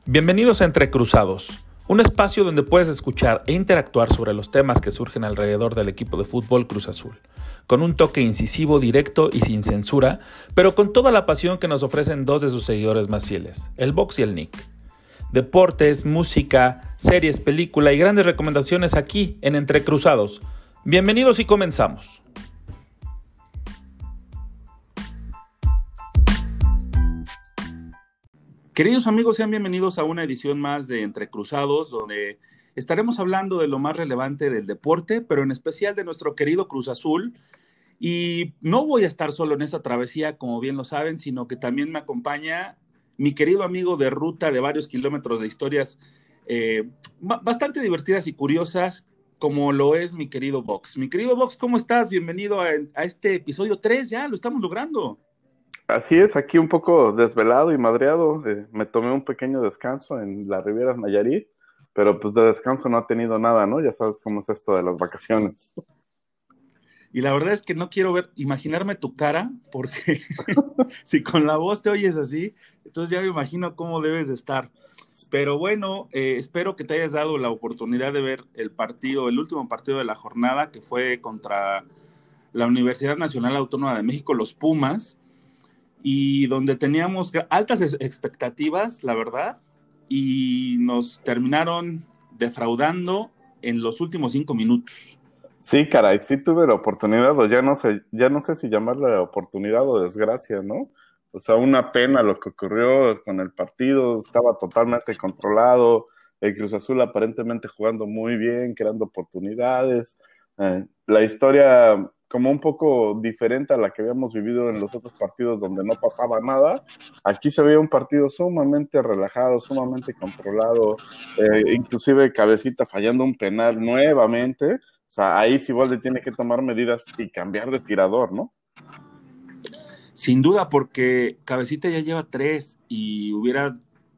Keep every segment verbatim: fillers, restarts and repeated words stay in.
Bienvenidos a Entre Cruzados, un espacio donde puedes escuchar e interactuar sobre los temas que surgen alrededor del equipo de fútbol Cruz Azul, con un toque incisivo, directo y sin censura, pero con toda la pasión que nos ofrecen dos de sus seguidores más fieles, el Box y el Nick. Deportes, música, series, película y grandes recomendaciones aquí en Entre Cruzados. Bienvenidos y comenzamos. Queridos amigos, sean bienvenidos a una edición más de Entre Cruzados, donde estaremos hablando de lo más relevante del deporte, pero en especial de nuestro querido Cruz Azul. Y no voy a estar solo en esta travesía, como bien lo saben, sino que también me acompaña mi querido amigo de ruta de varios kilómetros de historias eh, bastante divertidas y curiosas, como lo es mi querido Vox. Mi querido Vox, ¿cómo estás? Bienvenido a, a este episodio tres, ya lo estamos logrando. Así es, aquí un poco desvelado y madreado. Eh, me tomé un pequeño descanso en la Riviera Nayarit, pero pues de descanso no ha tenido nada, ¿no? Ya sabes cómo es esto de las vacaciones. Y la verdad es que no quiero ver, imaginarme tu cara, porque si con la voz te oyes así, entonces ya me imagino cómo debes de estar. Pero bueno, eh, espero que te hayas dado la oportunidad de ver el partido, el último partido de la jornada, que fue contra la Universidad Nacional Autónoma de México, los Pumas, y donde teníamos altas expectativas, la verdad, y nos terminaron defraudando en los últimos cinco minutos. Sí, caray, sí tuve la oportunidad, o ya no sé, ya no sé si llamarle oportunidad o desgracia, ¿no? O sea, una pena lo que ocurrió con el partido, estaba totalmente controlado, el Cruz Azul aparentemente jugando muy bien, creando oportunidades, eh, la historia como un poco diferente a la que habíamos vivido en los otros partidos donde no pasaba nada. Aquí se veía un partido sumamente relajado, sumamente controlado, eh, inclusive Cabecita fallando un penal nuevamente. O sea, ahí Siboldi tiene que tomar medidas y cambiar de tirador, ¿no? Sin duda, porque Cabecita ya lleva tres y hubiera,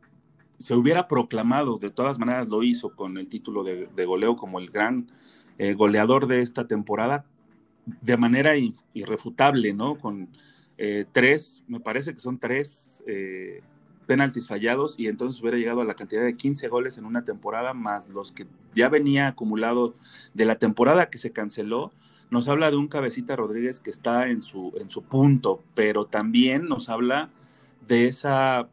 se hubiera proclamado, de todas maneras lo hizo con el título de, de goleo como el gran eh, goleador de esta temporada, de manera irrefutable, ¿no? Con eh, tres, me parece que son tres eh, penaltis fallados, y entonces hubiera llegado a la cantidad de quince goles en una temporada, más los que ya venía acumulado de la temporada que se canceló. Nos habla de un Cabecita Rodríguez que está en su, en su punto, pero también nos habla de esa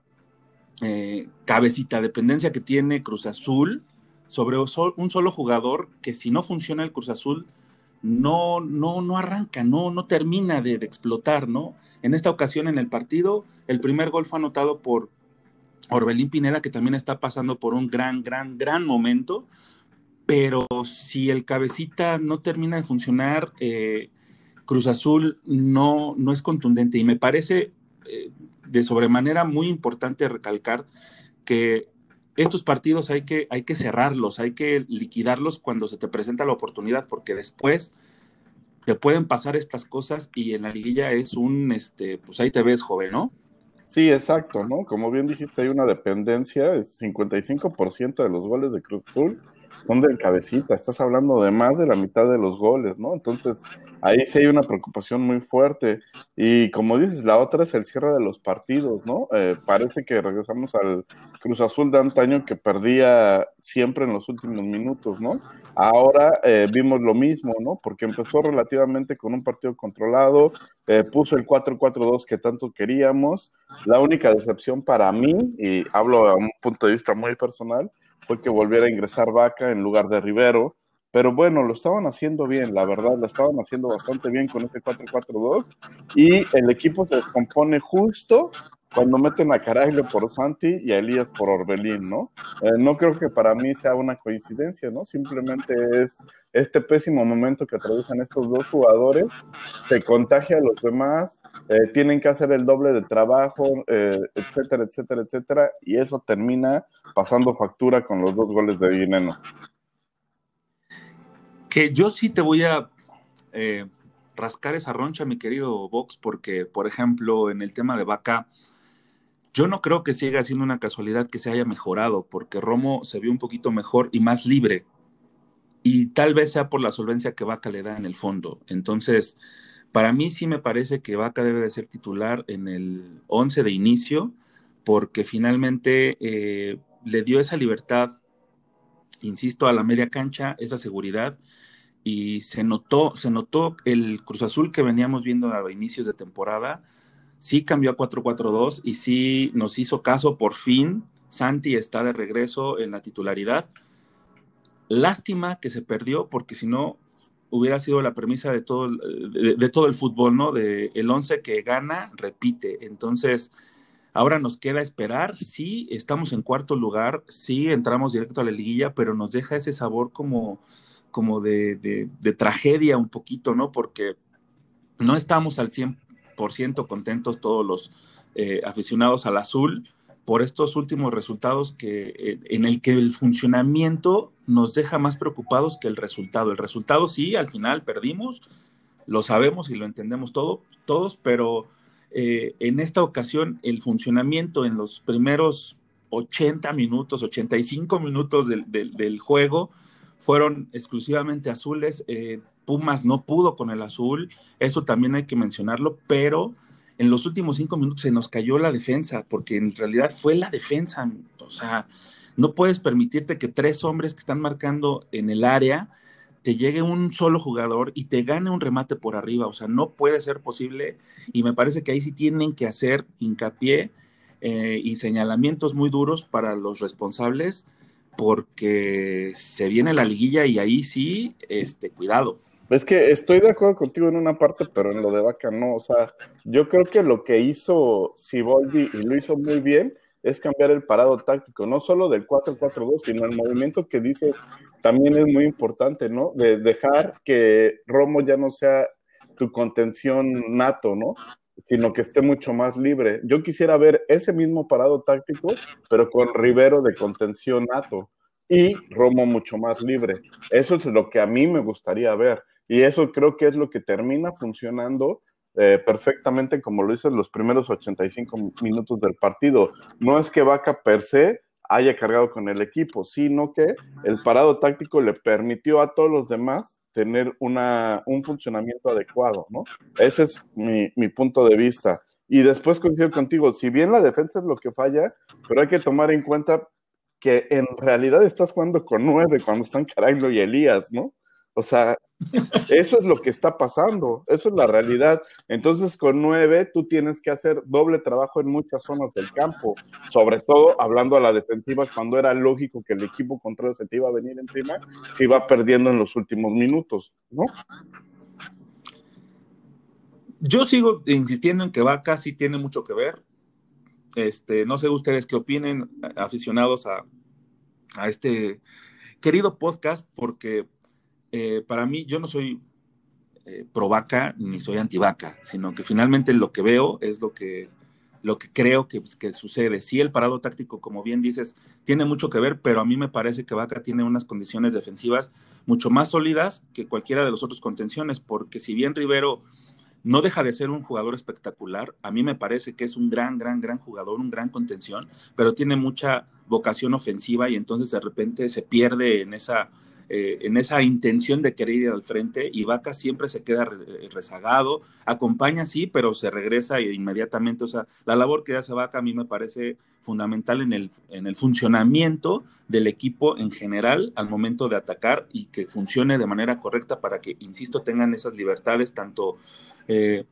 eh, cabecita dependencia que tiene Cruz Azul sobre un solo jugador, que si no funciona el Cruz Azul, no, no, no arranca, no, no termina de, de explotar, ¿no? En esta ocasión en el partido, el primer gol fue anotado por Orbelín Pineda, que también está pasando por un gran, gran, gran momento, pero si el Cabecita no termina de funcionar, eh, Cruz Azul no, no es contundente, y me parece eh, de sobremanera muy importante recalcar que estos partidos hay que, hay que cerrarlos, hay que liquidarlos cuando se te presenta la oportunidad, porque después te pueden pasar estas cosas y en la liguilla es un, este, pues ahí te ves, joven, ¿no? Sí, exacto, ¿no? Como bien dijiste, hay una dependencia, el cincuenta y cinco por ciento de los goles de Cruz Azul son del Cabecita, estás hablando de más de la mitad de los goles, ¿no? Entonces, ahí sí hay una preocupación muy fuerte. Y como dices, la otra es el cierre de los partidos, ¿no? Eh, parece que regresamos al Cruz Azul de antaño que perdía siempre en los últimos minutos, ¿no? Ahora eh, vimos lo mismo, ¿no? Porque empezó relativamente con un partido controlado, eh, puso el cuatro cuatro dos que tanto queríamos. La única decepción para mí, y hablo a un punto de vista muy personal, fue que volviera a ingresar Vaca en lugar de Rivero, pero bueno, lo estaban haciendo bien, la verdad, lo estaban haciendo bastante bien con ese cuatro cuatro dos, y el equipo se descompone justo cuando meten a Caraglio por Santi y a Elías por Orbelín, ¿no? Eh, no creo que para mí sea una coincidencia, ¿no? Simplemente es este pésimo momento que atraviesan estos dos jugadores, se contagia a los demás, eh, tienen que hacer el doble de trabajo, eh, etcétera, etcétera, etcétera, y eso termina pasando factura con los dos goles de Dineno. Que yo sí te voy a eh, rascar esa roncha, mi querido Vox, porque, por ejemplo, en el tema de Vaca, yo no creo que siga siendo una casualidad que se haya mejorado, porque Romo se vio un poquito mejor y más libre, y tal vez sea por la solvencia que Vaca le da en el fondo. Entonces, para mí sí me parece que Vaca debe de ser titular en el once de inicio, porque finalmente eh, le dio esa libertad, insisto, a la media cancha, esa seguridad, y se notó, se notó el Cruz Azul que veníamos viendo a inicios de temporada, sí cambió a cuatro cuatro dos y sí nos hizo caso por fin. Santi está de regreso en la titularidad. Lástima que se perdió, porque si no hubiera sido la premisa de todo, de, de todo el fútbol, ¿no? De el once que gana, repite. Entonces, ahora nos queda esperar. Sí, estamos en cuarto lugar, sí entramos directo a la liguilla, pero nos deja ese sabor como, como de, de, de tragedia un poquito, ¿no? Porque no estamos al cien por ciento contentos todos los eh, aficionados al azul por estos últimos resultados que, eh, en el que el funcionamiento nos deja más preocupados que el resultado. El resultado sí, al final perdimos, lo sabemos y lo entendemos todo, todos, pero eh, en esta ocasión el funcionamiento en los primeros ochenta minutos, ochenta y cinco minutos del, del, del juego fueron exclusivamente azules. eh, Pumas no pudo con el azul, eso también hay que mencionarlo, pero en los últimos cinco minutos se nos cayó la defensa, porque en realidad fue la defensa. O sea, no puedes permitirte que tres hombres que están marcando en el área te llegue un solo jugador y te gane un remate por arriba. O sea, no puede ser posible, y me parece que ahí sí tienen que hacer hincapié eh, y señalamientos muy duros para los responsables, porque se viene la liguilla y ahí sí, este, cuidado. Es que estoy de acuerdo contigo en una parte, pero en lo de Vaca no. O sea, yo creo que lo que hizo Siboldi, y lo hizo muy bien, es cambiar el parado táctico, no solo del cuatro cuatro dos, sino el movimiento que dices también es muy importante, ¿no? De dejar que Romo ya no sea tu contención nato, ¿no? Sino que esté mucho más libre. Yo quisiera ver ese mismo parado táctico, pero con Rivero de contención nato y Romo mucho más libre. Eso es lo que a mí me gustaría ver. Y eso creo que es lo que termina funcionando eh, perfectamente, como lo hice en los primeros ochenta y cinco minutos del partido. No es que Vaca per se haya cargado con el equipo, sino que el parado táctico le permitió a todos los demás tener una, un funcionamiento adecuado, ¿no? Ese es mi, mi punto de vista. Y después coincido contigo, si bien la defensa es lo que falla, pero hay que tomar en cuenta que en realidad estás jugando con nueve cuando están Caraglio y Elías, ¿no? O sea, eso es lo que está pasando, eso es la realidad. Entonces, con nueve, tú tienes que hacer doble trabajo en muchas zonas del campo, sobre todo hablando a la defensiva, cuando era lógico que el equipo contrario se te iba a venir encima, se iba perdiendo en los últimos minutos, ¿no? Yo sigo insistiendo en que Vaca sí tiene mucho que ver. Este, no sé ustedes qué opinen, aficionados a, a este querido podcast, porque eh, para mí yo no soy eh, pro Vaca ni soy anti Vaca, sino que finalmente lo que veo es lo que, lo que creo que, que sucede. Sí, el parado táctico, como bien dices, tiene mucho que ver, pero a mí me parece que Vaca tiene unas condiciones defensivas mucho más sólidas que cualquiera de los otros contenciones, porque si bien Rivero no deja de ser un jugador espectacular, a mí me parece que es un gran, gran, gran jugador, un gran contención, pero tiene mucha vocación ofensiva y entonces de repente se pierde en esa, eh, en esa intención de querer ir al frente, y Vaca siempre se queda re rezagado, acompaña sí, pero se regresa inmediatamente. O sea, la labor que hace Vaca a mí me parece fundamental en el, en el funcionamiento del equipo en general al momento de atacar, y que funcione de manera correcta para que, insisto, tengan esas libertades tanto Eh,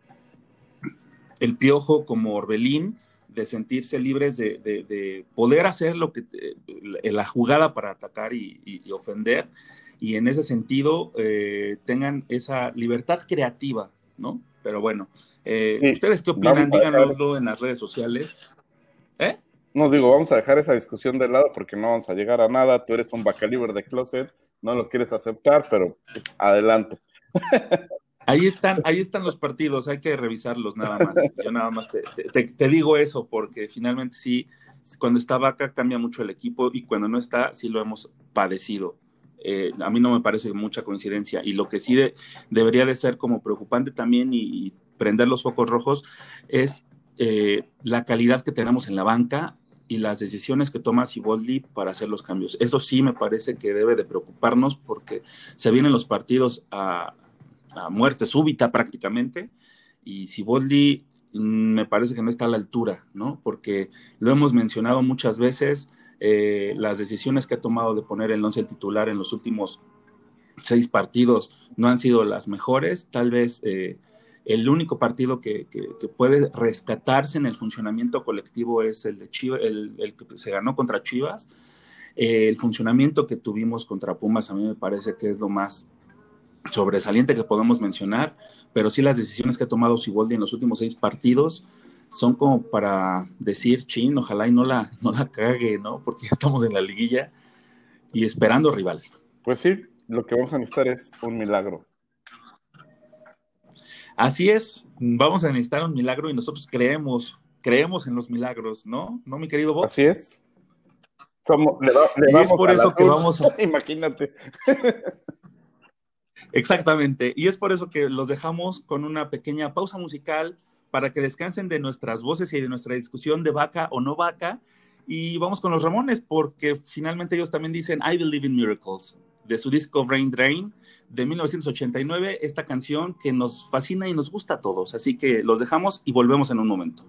el Piojo como Orbelín, de sentirse libres de, de, de poder hacer lo que eh, la jugada para atacar y, y, y ofender, y en ese sentido eh, tengan esa libertad creativa, ¿no? Pero bueno, eh, Sí, ¿ustedes qué vamos opinan? a dejar, Díganoslo en las redes sociales. ¿Eh? no digo, vamos a dejar esa discusión de lado porque no vamos a llegar a nada. Tú eres un Bacaliber de closet, no lo quieres aceptar, pero pues, adelante. Ahí están, ahí están los partidos, hay que revisarlos nada más. Yo nada más te, te, te digo eso, porque finalmente sí, cuando está Vaca cambia mucho el equipo, y cuando no está, sí lo hemos padecido. Eh, a mí no me parece mucha coincidencia, y lo que sí de, debería de ser como preocupante también, y, y prender los focos rojos, es eh, la calidad que tenemos en la banca y las decisiones que toma Siboldi para hacer los cambios. Eso sí me parece que debe de preocuparnos, porque se vienen los partidos a a muerte súbita prácticamente, y Siboldi me parece que no está a la altura, ¿no? Porque lo hemos mencionado muchas veces, eh, las decisiones que ha tomado de poner el once titular en los últimos seis partidos no han sido las mejores. Tal vez eh, el único partido que, que, que puede rescatarse en el funcionamiento colectivo es el de Chivas, el, el que se ganó contra Chivas. Eh, el funcionamiento que tuvimos contra Pumas a mí me parece que es lo más sobresaliente que podemos mencionar, pero sí las decisiones que ha tomado Siboldi en los últimos seis partidos son como para decir, chin, ojalá y no la, no la cague, ¿no? Porque ya estamos en la liguilla y esperando rival. Pues sí, lo que vamos a necesitar es un milagro. Así es, vamos a necesitar un milagro y nosotros creemos, creemos en los milagros, ¿no? ¿No, mi querido Box? Así es. Somos, le, va, le y vamos es por eso azul. que vamos a... Imagínate. Exactamente, y es por eso que los dejamos con una pequeña pausa musical para que descansen de nuestras voces y de nuestra discusión de vaca o no vaca, y vamos con los Ramones, porque finalmente ellos también dicen I Believe in Miracles, de su disco Brain Drain, de mil novecientos ochenta y nueve, esta canción que nos fascina y nos gusta a todos, así que los dejamos y volvemos en un momento.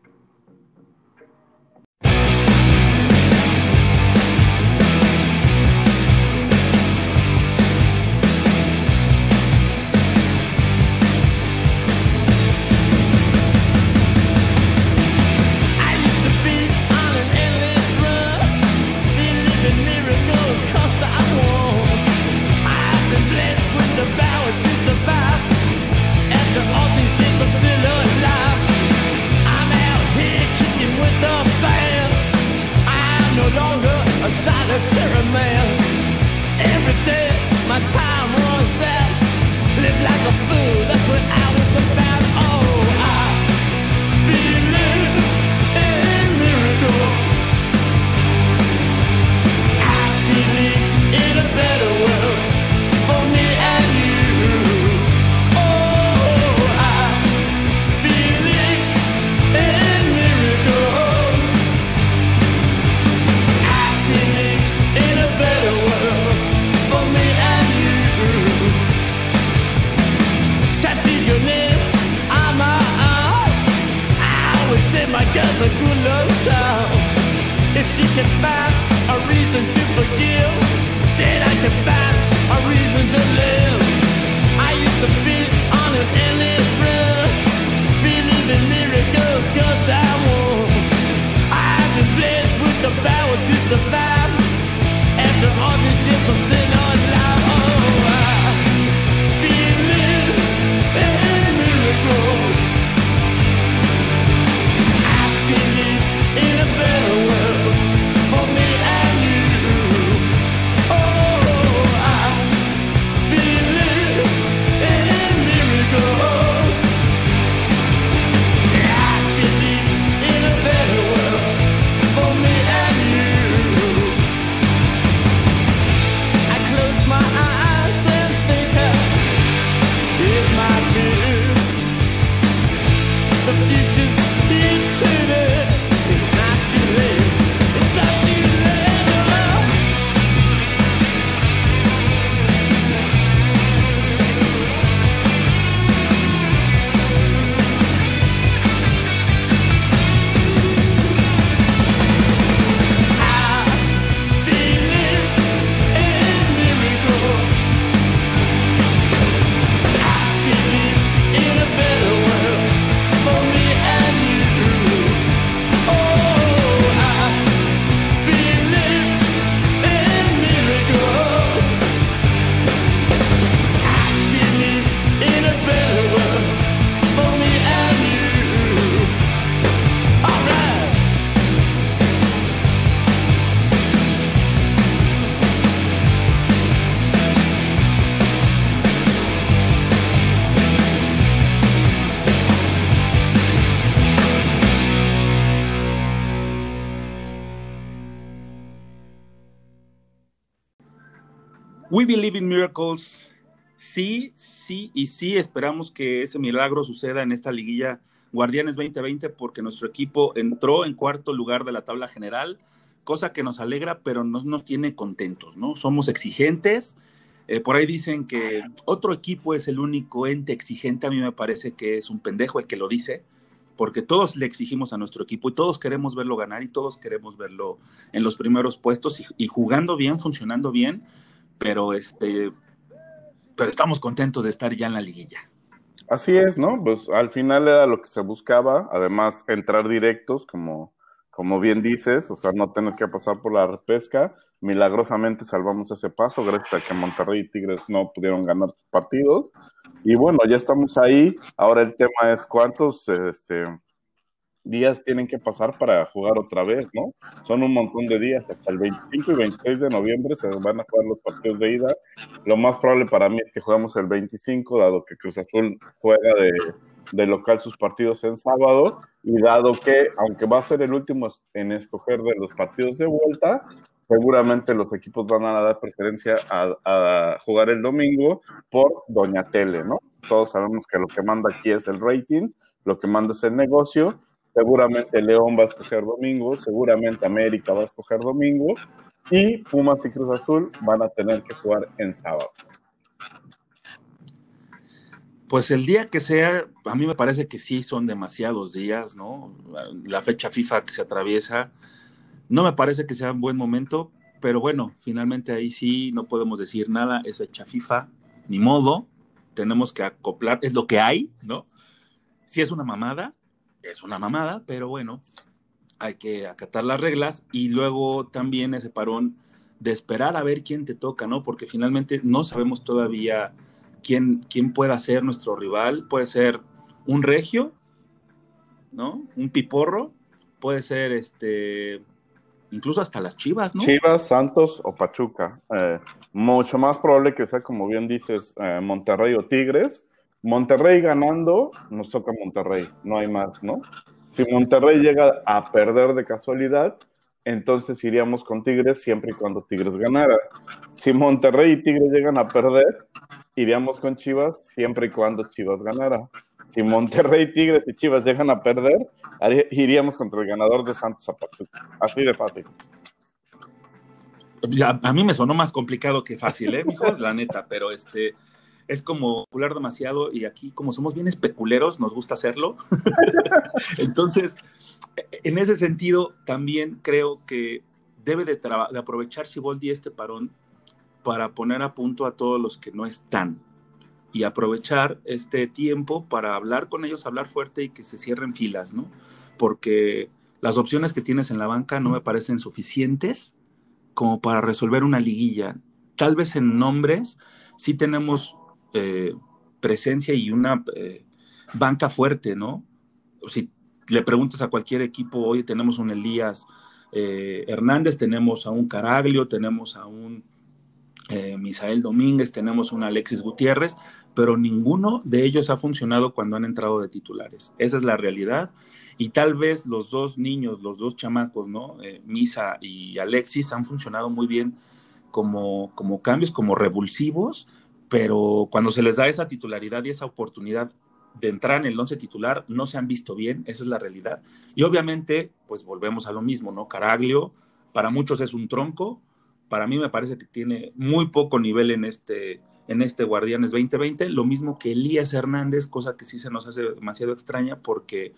We Believe in Miracles, sí, sí y sí, esperamos que ese milagro suceda en esta liguilla Guardianes veinte veinte, porque nuestro equipo entró en cuarto lugar de la tabla general, cosa que nos alegra, pero no nos tiene contentos, ¿no? Somos exigentes, eh, por ahí dicen que otro equipo es el único ente exigente. A mí me parece que es un pendejo el que lo dice, porque todos le exigimos a nuestro equipo y todos queremos verlo ganar y todos queremos verlo en los primeros puestos y, y jugando bien, funcionando bien, pero este, pero estamos contentos de estar ya en la liguilla. Así es, ¿no? Pues al final era lo que se buscaba, además entrar directos, como, como bien dices, o sea, no tener que pasar por la repesca. Milagrosamente salvamos ese paso gracias a que Monterrey y Tigres no pudieron ganar sus partidos. Y bueno, ya estamos ahí. Ahora el tema es cuántos este, días tienen que pasar para jugar otra vez, ¿no? Son un montón de días, hasta el veinticinco y veintiséis de noviembre se van a jugar los partidos de ida. Lo más probable para mí es que jugamos el veinticinco, dado que Cruz Azul juega de, de local sus partidos en sábado, y dado que, aunque va a ser el último en escoger de los partidos de vuelta, seguramente los equipos van a dar preferencia a, a jugar el domingo por Doña Tele, ¿no? Todos sabemos que lo que manda aquí es el rating, lo que manda es el negocio. Seguramente León va a escoger domingo, seguramente América va a escoger domingo, y Pumas y Cruz Azul van a tener que jugar en sábado. Pues el día que sea, a mí me parece que sí son demasiados días, ¿no? La fecha FIFA que se atraviesa, no me parece que sea un buen momento, pero bueno, finalmente ahí sí no podemos decir nada, es fecha FIFA, ni modo, tenemos que acoplar, es lo que hay, ¿no? Si es una mamada, es una mamada, pero bueno, hay que acatar las reglas y luego también ese parón de esperar a ver quién te toca, ¿no? Porque finalmente no sabemos todavía quién, quién pueda ser nuestro rival. Puede ser un regio, ¿no? Un piporro, puede ser este, incluso hasta las Chivas, ¿no? Chivas, Santos o Pachuca. Eh, mucho más probable que sea, como bien dices, eh, Monterrey o Tigres. Monterrey ganando, nos toca Monterrey, no hay más, ¿no? Si Monterrey llega a perder de casualidad, entonces iríamos con Tigres siempre y cuando Tigres ganara. Si Monterrey y Tigres llegan a perder, iríamos con Chivas siempre y cuando Chivas ganara. Si Monterrey, Tigres y Chivas llegan a perder, iríamos contra el ganador de Santos a Pachuca. Así de fácil. Ya, a mí me sonó más complicado que fácil, ¿eh, mijo? La neta, pero este... es como especular demasiado y aquí como somos bien especuleros nos gusta hacerlo. Entonces, en ese sentido también creo que debe de, de aprovechar Siboldi este parón para poner a punto a todos los que no están y aprovechar este tiempo para hablar con ellos, hablar fuerte y que se cierren filas, ¿no? Porque las opciones que tienes en la banca no me parecen suficientes como para resolver una liguilla. Tal vez en nombres sí tenemos Eh, presencia y una eh, banca fuerte, ¿no? Si le preguntas a cualquier equipo, hoy tenemos un Elías eh, Hernández, tenemos a un Caraglio, tenemos a un eh, Misael Domínguez, tenemos un Alexis Gutiérrez, pero ninguno de ellos ha funcionado cuando han entrado de titulares. Esa es la realidad. Y tal vez los dos niños, los dos chamacos, ¿no? Eh, Misa y Alexis han funcionado muy bien como, como cambios, como revulsivos, pero cuando se les da esa titularidad y esa oportunidad de entrar en el once titular, no se han visto bien, esa es la realidad. Y obviamente, pues volvemos a lo mismo, ¿no? Caraglio, para muchos es un tronco, para mí me parece que tiene muy poco nivel en este, en este Guardianes veinte veinte, lo mismo que Elías Hernández, cosa que sí se nos hace demasiado extraña porque,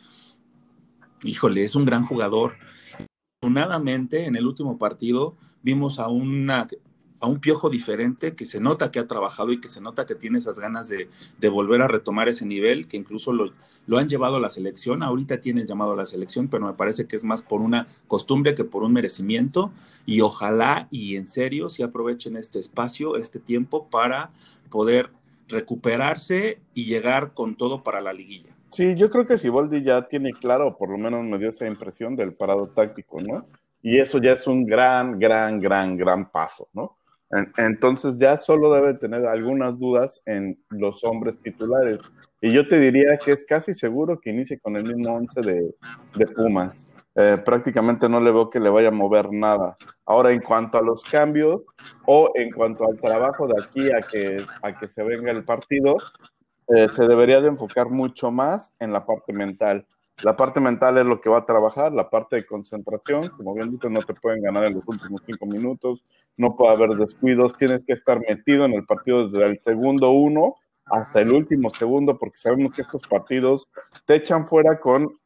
híjole, es un gran jugador. Afortunadamente, en el último partido vimos a una... a un Piojo diferente, que se nota que ha trabajado y que se nota que tiene esas ganas de, de volver a retomar ese nivel, que incluso lo, lo han llevado a la selección, ahorita tiene el llamado a la selección, pero me parece que es más por una costumbre que por un merecimiento, y ojalá y en serio si aprovechen este espacio, este tiempo para poder recuperarse y llegar con todo para la liguilla. Sí, yo creo que Siboldi ya tiene claro, o por lo menos me dio esa impresión del parado táctico, ¿no? Y eso ya es un gran, gran, gran, gran paso, ¿no? Entonces ya solo debe tener algunas dudas en los hombres titulares. Y yo te diría que es casi seguro que inicie con el mismo once de, de Pumas. Eh, prácticamente no le veo que le vaya a mover nada. Ahora, en cuanto a los cambios o en cuanto al trabajo de aquí a que, a que se venga el partido, eh, se debería de enfocar mucho más en la parte mental. La parte mental es lo que va a trabajar, la parte de concentración, como bien dicho, no te pueden ganar en los últimos cinco minutos, no puede haber descuidos, tienes que estar metido en el partido desde el segundo uno hasta el último segundo, porque sabemos que estos partidos te echan fuera con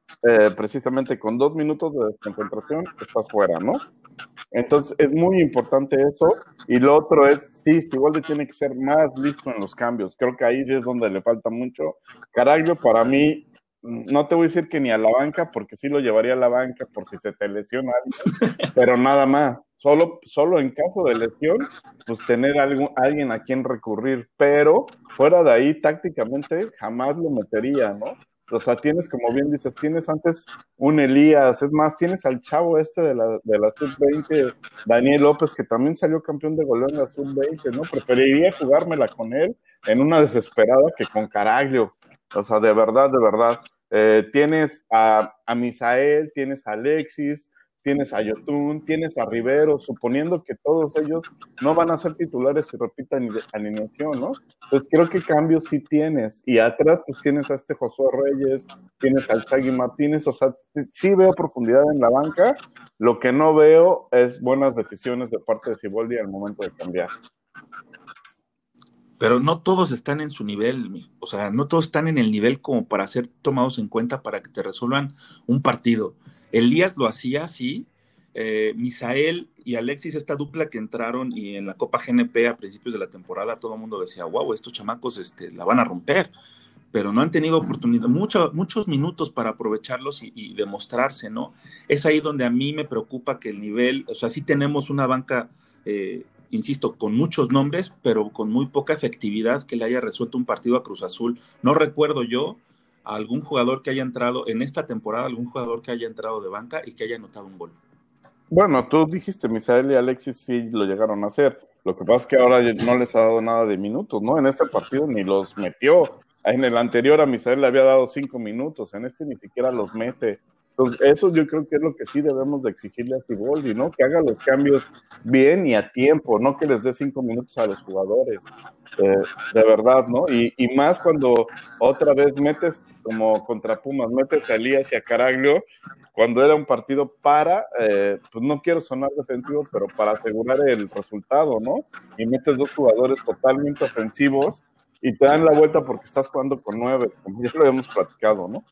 eh, precisamente con dos minutos de desconcentración estás fuera, ¿no? Entonces es muy importante eso. Y lo otro es, sí, Siboldi tiene que ser más listo en los cambios. Creo que ahí sí es donde le falta mucho. Caraglio, para mí, no te voy a decir que ni a la banca, porque sí lo llevaría a la banca por si se te lesiona alguien, pero nada más. Solo, solo en caso de lesión, pues tener algo, alguien a quien recurrir, pero fuera de ahí, tácticamente, jamás lo metería, ¿no? O sea, tienes, como bien dices, tienes antes un Elías, es más, tienes al chavo este de la, de la sub veinte, Daniel López, que también salió campeón de goleo en la sub veinte, ¿no? Preferiría jugármela con él en una desesperada que con Caraglio. O sea, de verdad, de verdad. Eh, tienes a, a Misael, tienes a Alexis, tienes a Yotun, tienes a Rivero, suponiendo que todos ellos no van a ser titulares si repitan alineación, ¿no? Entonces creo que cambios sí tienes, y atrás pues tienes a este Josué Reyes, tienes al Chagui Martínez, o sea, sí veo profundidad en la banca, lo que no veo es buenas decisiones de parte de Siboldi al momento de cambiar. Pero no todos están en su nivel, o sea, no todos están en el nivel como para ser tomados en cuenta para que te resuelvan un partido. Elías lo hacía, sí. Eh, Misael y Alexis, esta dupla que entraron y en la Copa G N P a principios de la temporada, todo el mundo decía, wow, estos chamacos este, la van a romper, pero no han tenido oportunidad, mucho, muchos minutos para aprovecharlos y, y demostrarse, ¿no? Es ahí donde a mí me preocupa que el nivel, o sea, sí tenemos una banca... Eh, insisto, con muchos nombres, pero con muy poca efectividad que le haya resuelto un partido a Cruz Azul. No recuerdo yo a algún jugador que haya entrado en esta temporada, algún jugador que haya entrado de banca y que haya anotado un gol. Bueno, tú dijiste, Misael y Alexis sí lo llegaron a hacer. Lo que pasa es que ahora no les ha dado nada de minutos, ¿no? En este partido ni los metió. En el anterior a Misael le había dado cinco minutos, en este ni siquiera los mete. Entonces, eso yo creo que es lo que sí debemos de exigirle a Siboldi, ¿no? Que haga los cambios bien y a tiempo, no que les dé cinco minutos a los jugadores. Eh, de verdad, ¿no? Y, y más cuando otra vez metes, como contra Pumas, metes a Elías y a Caraglio, cuando era un partido para, eh, pues no quiero sonar defensivo, pero para asegurar el resultado, ¿no? Y metes dos jugadores totalmente ofensivos y te dan la vuelta porque estás jugando con nueve, como ya lo habíamos platicado, ¿no?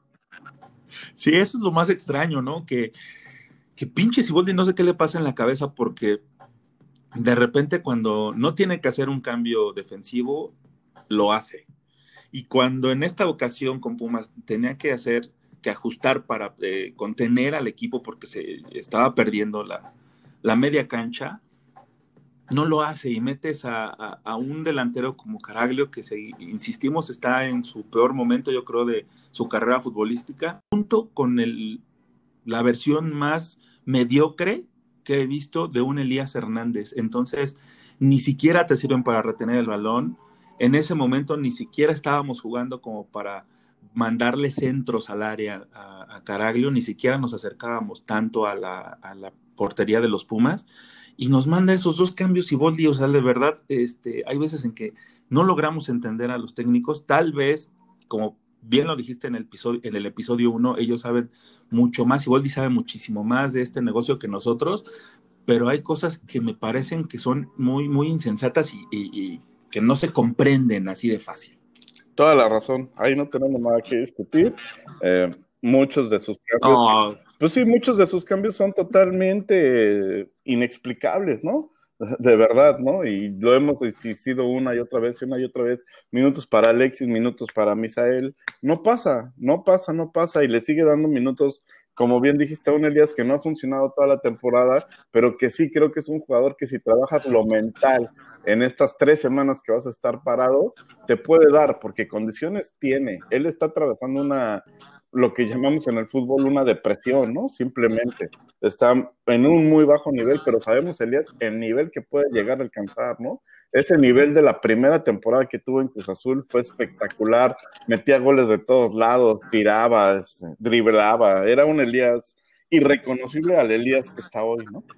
Sí, eso es lo más extraño, ¿no? Que, que pinche Siboldi no sé qué le pasa en la cabeza porque de repente cuando no tiene que hacer un cambio defensivo, lo hace. Y cuando en esta ocasión con Pumas tenía que hacer, que ajustar para eh, contener al equipo porque se estaba perdiendo la, la media cancha, no lo hace y metes a, a, a un delantero como Caraglio, que se, insistimos está en su peor momento, yo creo, de su carrera futbolística, junto con el, la versión más mediocre que he visto de un Elías Hernández. Entonces, ni siquiera te sirven para retener el balón. En ese momento ni siquiera estábamos jugando como para mandarle centros al área a, a Caraglio, ni siquiera nos acercábamos tanto a la, a la portería de los Pumas, y nos manda esos dos cambios y Siboldi, o sea, de verdad, este, hay veces en que no logramos entender a los técnicos, tal vez, como bien lo dijiste en el episodio, en el episodio uno, ellos saben mucho más, Siboldi sabe muchísimo más de este negocio que nosotros, pero hay cosas que me parecen que son muy, muy insensatas y, y, y que no se comprenden así de fácil. Toda la razón, ahí no tenemos nada que discutir. Eh, muchos de sus cambios, Oh. pues sí, muchos de sus cambios son totalmente inexplicables, ¿no? De verdad, ¿no? Y lo hemos insistido una y otra vez, y una y otra vez, minutos para Alexis, minutos para Misael, no pasa, no pasa, no pasa, y le sigue dando minutos, como bien dijiste, a un Elías que no ha funcionado toda la temporada, pero que sí creo que es un jugador que si trabajas lo mental en estas tres semanas que vas a estar parado, te puede dar, porque condiciones tiene, él está atravesando una, lo que llamamos en el fútbol una depresión, ¿no? Simplemente está en un muy bajo nivel, pero sabemos, Elías, el nivel que puede llegar a alcanzar, ¿no? Ese nivel de la primera temporada que tuvo en Cruz Azul fue espectacular, metía goles de todos lados, tiraba, driblaba, era un Elías irreconocible al Elías que está hoy, ¿no?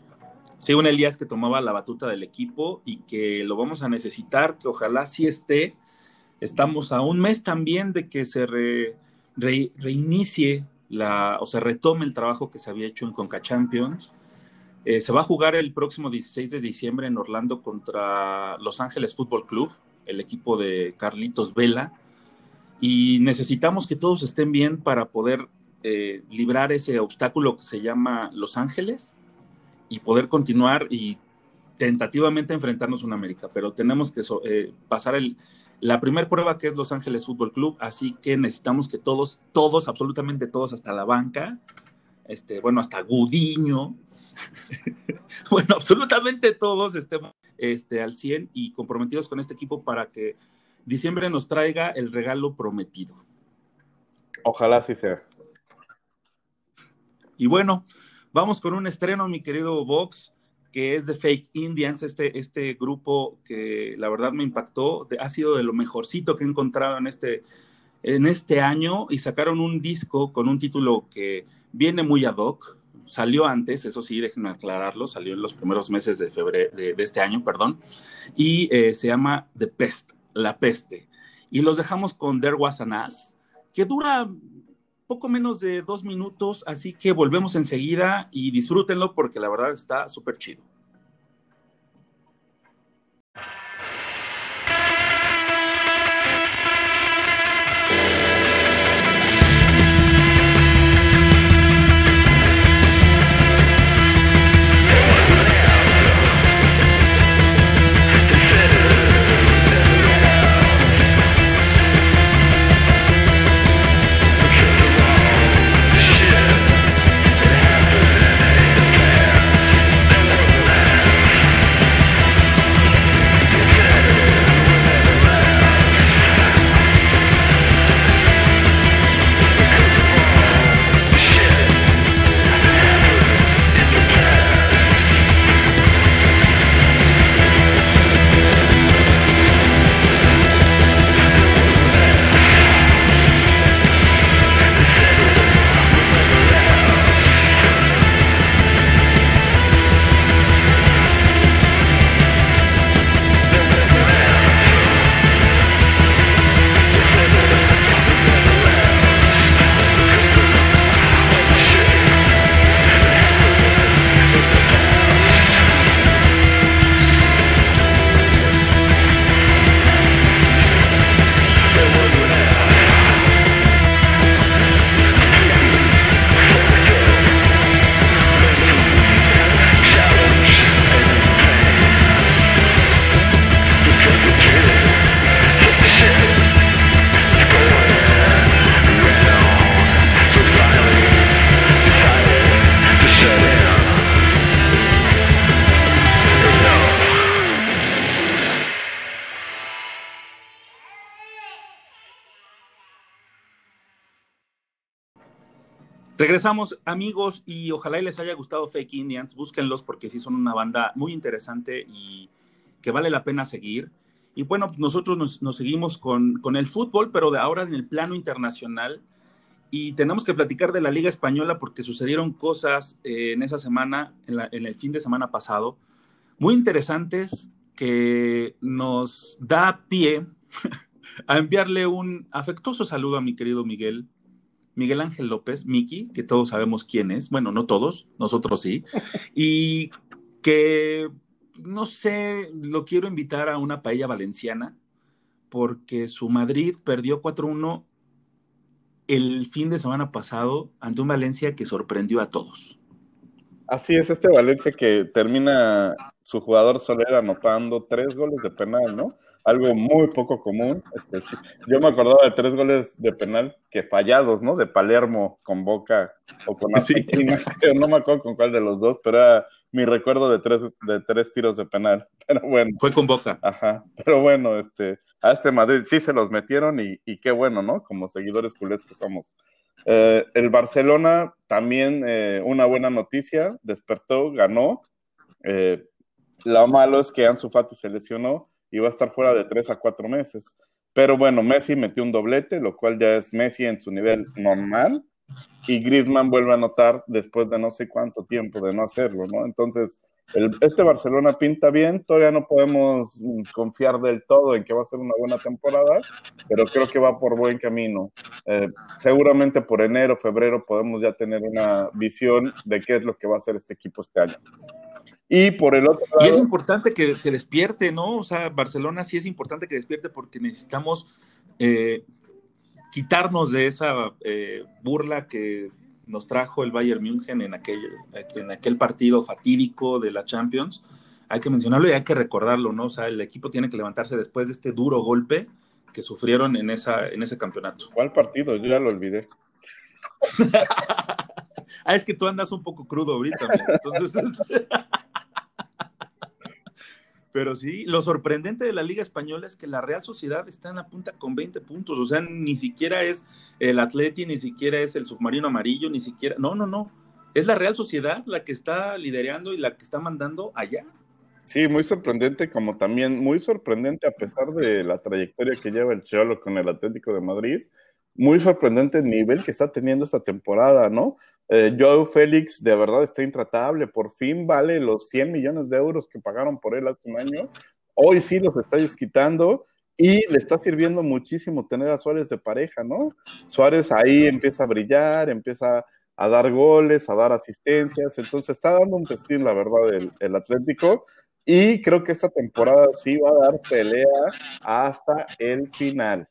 Sí, un Elías que tomaba la batuta del equipo y que lo vamos a necesitar, que ojalá sí esté. Estamos a un mes también de que se re, re, reinicie la, o se retome el trabajo que se había hecho en Conca Champions. Eh, se va a jugar el próximo dieciséis de diciembre en Orlando contra Los Ángeles Fútbol Club, el equipo de Carlitos Vela. y necesitamos que todos estén bien para poder eh, librar ese obstáculo que se llama Los Ángeles y poder continuar y tentativamente enfrentarnos a un América, pero tenemos que so, eh, pasar el, la primera prueba, que es Los Ángeles Fútbol Club, así que necesitamos que todos, todos, absolutamente todos, hasta la banca, este, bueno, hasta Gudiño, bueno, absolutamente todos estemos este, al cien y comprometidos con este equipo para que diciembre nos traiga el regalo prometido. Ojalá así sea. Y bueno, vamos con un estreno, mi querido Vox, que es de Fake Indians, este, este grupo que la verdad me impactó, de, ha sido de lo mejorcito que he encontrado en este, en este año, y sacaron un disco con un título que viene muy ad hoc, salió antes, eso sí, déjenme aclararlo, salió en los primeros meses de febrero de, de este año, perdón, y eh, se llama The Pest, La Peste, y los dejamos con There Was an Ass, que dura poco menos de dos minutos, así que volvemos enseguida y disfrútenlo porque la verdad está súper chido. Regresamos, amigos, y ojalá y les haya gustado Fake Indians, búsquenlos porque sí son una banda muy interesante y que vale la pena seguir. Y bueno, pues nosotros nos, nos seguimos con, con el fútbol, pero de ahora en el plano internacional, y tenemos que platicar de la Liga Española porque sucedieron cosas eh, en esa semana, en, la, en el fin de semana pasado, muy interesantes, que nos da pie a enviarle un afectuoso saludo a mi querido Miguel, Miguel Ángel López, Miki, que todos sabemos quién es, bueno, no todos, nosotros sí, y que, no sé, lo quiero invitar a una paella valenciana, porque su Madrid perdió cuatro uno el fin de semana pasado ante un Valencia que sorprendió a todos. Así es, este Valencia que termina su jugador Soler anotando tres goles de penal, ¿no? Algo muy poco común. Este, yo me acordaba de tres goles de penal que fallados, ¿no? De Palermo con Boca o con Argentina. Sí. No me acuerdo con cuál de los dos, pero era mi recuerdo de tres, de tres tiros de penal. Pero bueno. Fue con Boca. Ajá. Pero bueno, este, a este Madrid sí se los metieron y, y qué bueno, ¿no? Como seguidores culés que somos. Eh, el Barcelona también, eh, una buena noticia, despertó, ganó. Eh, lo malo es que Ansu Fati se lesionó y va a estar fuera de tres a cuatro meses. Pero bueno, Messi metió un doblete, lo cual ya es Messi en su nivel normal, y Griezmann vuelve a anotar después de no sé cuánto tiempo de no hacerlo, ¿no? Entonces, el, este Barcelona pinta bien, todavía no podemos confiar del todo en que va a ser una buena temporada, pero creo que va por buen camino. Eh, seguramente por enero, febrero podemos ya tener una visión de qué es lo que va a hacer este equipo este año. Y por el otro lado... Y es importante que, que despierte, ¿no? O sea, Barcelona sí es importante que despierte porque necesitamos... Eh, quitarnos de esa eh, burla que nos trajo el Bayern München en aquel, en aquel partido fatídico de la Champions. Hay que mencionarlo y hay que recordarlo, ¿no? O sea, el equipo tiene que levantarse después de este duro golpe que sufrieron en, esa, en ese campeonato. ¿Cuál partido? Yo ya lo olvidé. Ah, es que tú andas un poco crudo ahorita, amigo. Entonces... Pero sí, lo sorprendente de la Liga Española es que la Real Sociedad está en la punta con veinte puntos, o sea, ni siquiera es el Atleti, ni siquiera es el Submarino Amarillo, ni siquiera, no, no, no, es la Real Sociedad la que está liderando y la que está mandando allá. Sí, muy sorprendente, como también muy sorprendente a pesar de la trayectoria que lleva el Cholo con el Atlético de Madrid, muy sorprendente el nivel que está teniendo esta temporada, ¿no? Eh, Joao Félix de verdad está intratable, por fin vale los cien millones de euros que pagaron por él hace un año, hoy sí los está desquitando y le está sirviendo muchísimo tener a Suárez de pareja, ¿no? Suárez ahí empieza a brillar, empieza a dar goles, a dar asistencias, entonces está dando un festín, la verdad, el, el Atlético, y creo que esta temporada sí va a dar pelea hasta el final.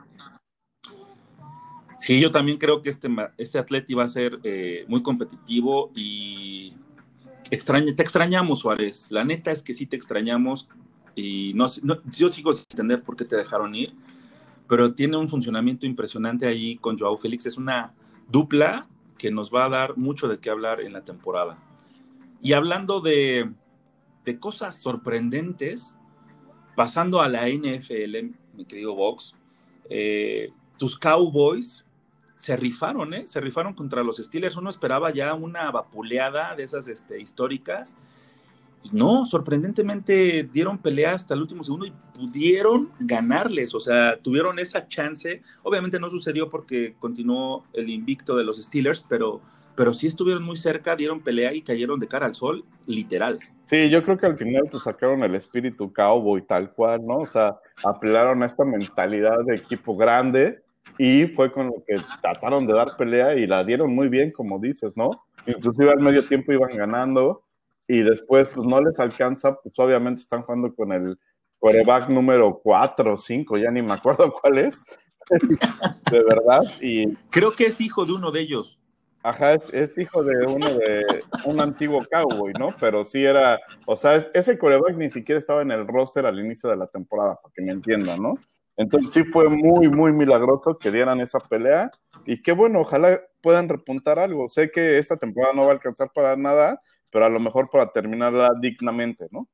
Sí, yo también creo que este, este Atleti va a ser eh, muy competitivo y extraña, te extrañamos, Suárez. La neta es que sí te extrañamos y no, no, yo sigo sin entender por qué te dejaron ir, pero tiene un funcionamiento impresionante ahí con Joao Félix. Es una dupla que nos va a dar mucho de qué hablar en la temporada. Y hablando de, de cosas sorprendentes, pasando a la N F L, mi querido Vox, eh, tus Cowboys se rifaron, ¿eh? Se rifaron contra los Steelers. Uno esperaba ya una vapuleada de esas este, históricas. Y no, sorprendentemente dieron pelea hasta el último segundo y pudieron ganarles. O sea, tuvieron esa chance. Obviamente no sucedió porque continuó el invicto de los Steelers, pero, pero sí estuvieron muy cerca, dieron pelea y cayeron de cara al sol, literal. Sí, yo creo que al final pues sacaron el espíritu cowboy tal cual, ¿no? O sea, apelaron a esta mentalidad de equipo grande y fue con lo que trataron de dar pelea y la dieron muy bien, como dices, ¿no? Inclusive al medio tiempo iban ganando y después pues no les alcanza, pues obviamente están jugando con el quarterback número cuatro o cinco, ya ni me acuerdo cuál es, de verdad. Y creo que es hijo de uno de ellos. Ajá, es, es hijo de uno de un antiguo cowboy, ¿no? Pero sí era, o sea, es, ese quarterback ni siquiera estaba en el roster al inicio de la temporada, para que me entiendan, ¿no? Entonces sí fue muy, muy milagroso que dieran esa pelea y qué bueno, ojalá puedan repuntar algo. Sé que esta temporada no va a alcanzar para nada, pero a lo mejor para terminarla dignamente, ¿no?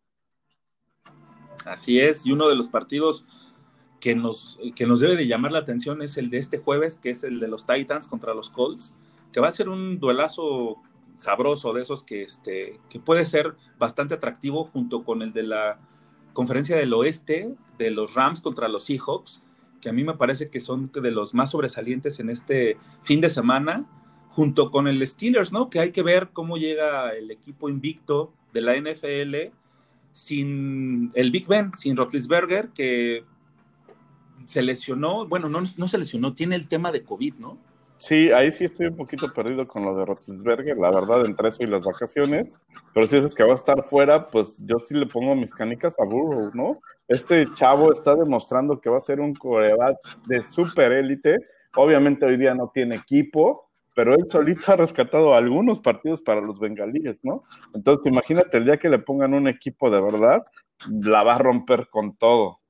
Así es, y uno de los partidos que nos, que nos debe de llamar la atención es el de este jueves, que es el de los Titans contra los Colts, que va a ser un duelazo sabroso de esos que, este, que puede ser bastante atractivo junto con el de la Conferencia del Oeste, de los Rams contra los Seahawks, que a mí me parece que son de los más sobresalientes en este fin de semana, junto con el Steelers, ¿no? Que hay que ver cómo llega el equipo invicto de la N F L sin el Big Ben, sin Roethlisberger, que se lesionó, bueno, no, no se lesionó, tiene el tema de COVID, ¿no? Sí, ahí sí estoy un poquito perdido con lo de Roethlisberger, la verdad, entre eso y las vacaciones, pero si dices que va a estar fuera, pues yo sí le pongo mis canicas a Burrow, ¿no? Este chavo está demostrando que va a ser un quarterback de super élite, obviamente hoy día no tiene equipo, pero él solito ha rescatado algunos partidos para los bengalíes, ¿no? Entonces imagínate el día que le pongan un equipo de verdad, la va a romper con todo.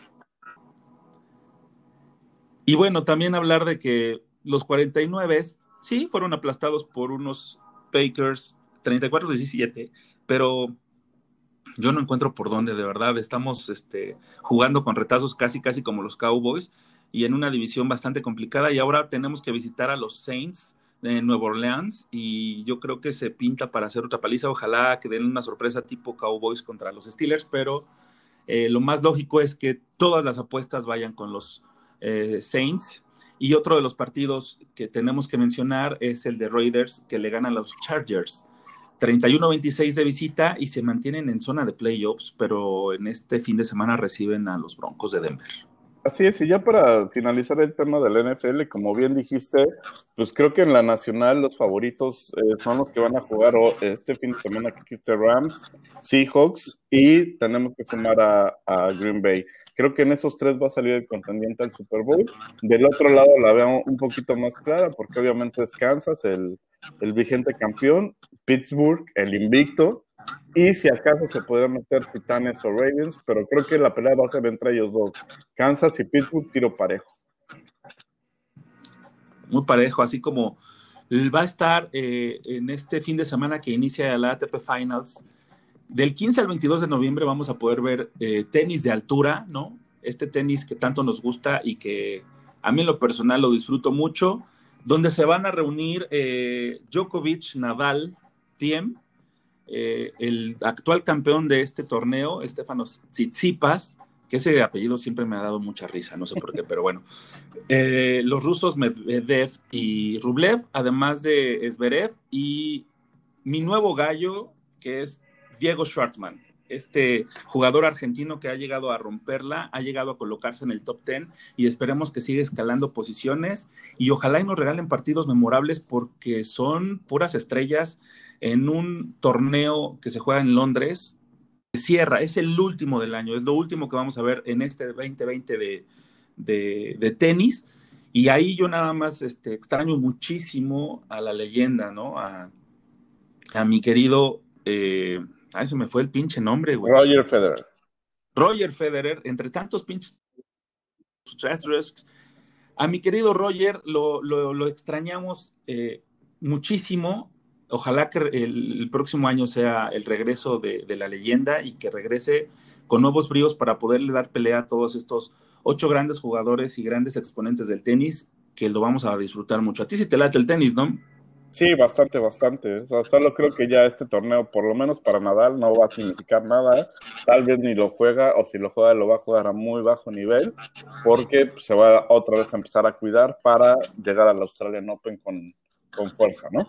Y bueno, también hablar de que los cuarenta y nueve, sí, fueron aplastados por unos Packers treinta y cuatro a diecisiete, pero yo no encuentro por dónde, de verdad, estamos este, jugando con retazos casi, casi como los Cowboys y en una división bastante complicada y ahora tenemos que visitar a los Saints de Nueva Orleans y yo creo que se pinta para hacer otra paliza, ojalá que den una sorpresa tipo Cowboys contra los Steelers, pero eh, lo más lógico es que todas las apuestas vayan con los eh, Saints. Y otro de los partidos que tenemos que mencionar es el de Raiders, que le ganan a los Chargers treinta y uno a veintiséis de visita y se mantienen en zona de playoffs, pero en este fin de semana reciben a los Broncos de Denver. Así es, y ya para finalizar el tema del N F L, como bien dijiste, pues creo que en la nacional los favoritos eh, son los que van a jugar o- este fin de semana que existe Rams, Seahawks y tenemos que sumar a, a Green Bay. Creo que en esos tres va a salir el contendiente al Super Bowl. Del otro lado la veo un poquito más clara porque obviamente es Kansas, el, el vigente campeón, Pittsburgh, el invicto, y si acaso se podrían meter Titanes o Ravens, pero creo que la pelea va a ser entre ellos dos. Kansas y Pittsburgh, tiro parejo. Muy parejo, así como va a estar eh, en este fin de semana que inicia la A T P Finals. Del quince al veintidós de noviembre vamos a poder ver eh, tenis de altura, ¿no? Este tenis que tanto nos gusta y que a mí en lo personal lo disfruto mucho, donde se van a reunir eh, Djokovic, Nadal, Thiem, eh, el actual campeón de este torneo, Stefanos Tsitsipas, que ese apellido siempre me ha dado mucha risa, no sé por qué, pero bueno. Eh, los rusos Medvedev y Rublev, además de Zverev, y mi nuevo gallo, que es Diego Schwartzman, este jugador argentino que ha llegado a romperla, ha llegado a colocarse en el top diez y esperemos que siga escalando posiciones y ojalá y nos regalen partidos memorables porque son puras estrellas en un torneo que se juega en Londres. Cierra, es el último del año, es lo último que vamos a ver en este veinte veinte de, de, de tenis, y ahí yo nada más este, extraño muchísimo a la leyenda, ¿no? A, a mi querido, eh, ay, se me fue el pinche nombre, güey. Roger Federer. Roger Federer, entre tantos pinches, a mi querido Roger lo, lo, lo extrañamos eh, muchísimo. Ojalá que el, el próximo año sea el regreso de, de la leyenda y que regrese con nuevos bríos para poderle dar pelea a todos estos ocho grandes jugadores y grandes exponentes del tenis, que lo vamos a disfrutar mucho. A ti sí te late el tenis, ¿no? Sí, bastante, bastante. O sea, solo creo que ya este torneo, por lo menos para Nadal, no va a significar nada. Tal vez ni lo juega, o si lo juega, lo va a jugar a muy bajo nivel, porque pues, se va otra vez a empezar a cuidar para llegar al Australian Open con, con fuerza, ¿no?